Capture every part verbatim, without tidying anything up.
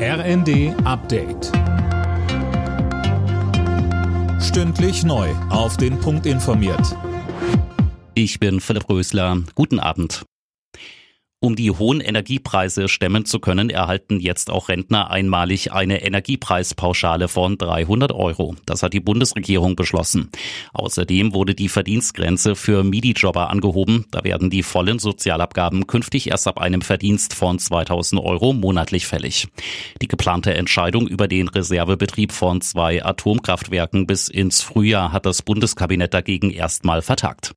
R N D Update. Stündlich neu auf den Punkt informiert. Ich bin Philipp Rösler. Guten Abend. Um die hohen Energiepreise stemmen zu können, erhalten jetzt auch Rentner einmalig eine Energiepreispauschale von dreihundert Euro. Das hat die Bundesregierung beschlossen. Außerdem wurde die Verdienstgrenze für Minijobber angehoben. Da werden die vollen Sozialabgaben künftig erst ab einem Verdienst von zweitausend Euro monatlich fällig. Die geplante Entscheidung über den Reservebetrieb von zwei Atomkraftwerken bis ins Frühjahr hat das Bundeskabinett dagegen erstmal vertagt.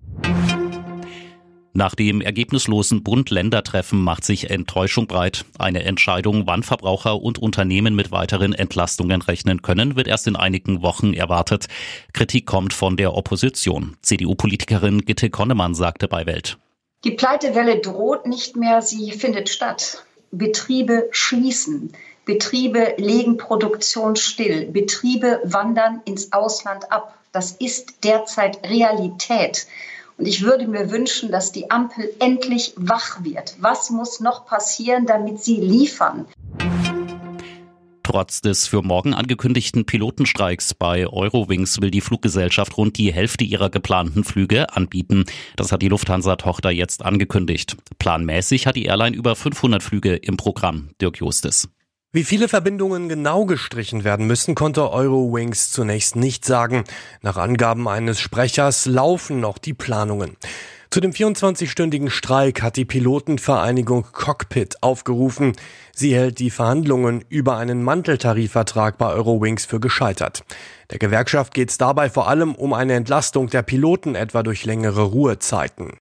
Nach dem ergebnislosen Bund-Länder-Treffen macht sich Enttäuschung breit. Eine Entscheidung, wann Verbraucher und Unternehmen mit weiteren Entlastungen rechnen können, wird erst in einigen Wochen erwartet. Kritik kommt von der Opposition. C D U-Politikerin Gitte Connemann sagte bei Welt: Die Pleitewelle droht nicht mehr, sie findet statt. Betriebe schließen. Betriebe legen Produktion still. Betriebe wandern ins Ausland ab. Das ist derzeit Realität. Und ich würde mir wünschen, dass die Ampel endlich wach wird. Was muss noch passieren, damit sie liefern? Trotz des für morgen angekündigten Pilotenstreiks bei Eurowings will die Fluggesellschaft rund die Hälfte ihrer geplanten Flüge anbieten. Das hat die Lufthansa-Tochter jetzt angekündigt. Planmäßig hat die Airline über fünfhundert Flüge im Programm. Dirk Justis. Wie viele Verbindungen genau gestrichen werden müssen, konnte Eurowings zunächst nicht sagen. Nach Angaben eines Sprechers laufen noch die Planungen. Zu dem vierundzwanzigstündigen Streik hat die Pilotenvereinigung Cockpit aufgerufen. Sie hält die Verhandlungen über einen Manteltarifvertrag bei Eurowings für gescheitert. Der Gewerkschaft geht es dabei vor allem um eine Entlastung der Piloten, etwa durch längere Ruhezeiten.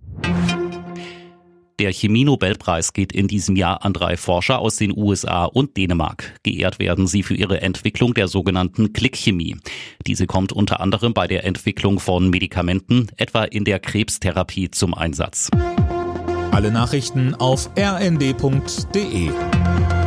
Der Chemie-Nobelpreis geht in diesem Jahr an drei Forscher aus den U S A und Dänemark. Geehrt werden sie für ihre Entwicklung der sogenannten Klickchemie. Diese kommt unter anderem bei der Entwicklung von Medikamenten, etwa in der Krebstherapie, zum Einsatz. Alle Nachrichten auf r n d punkt d e.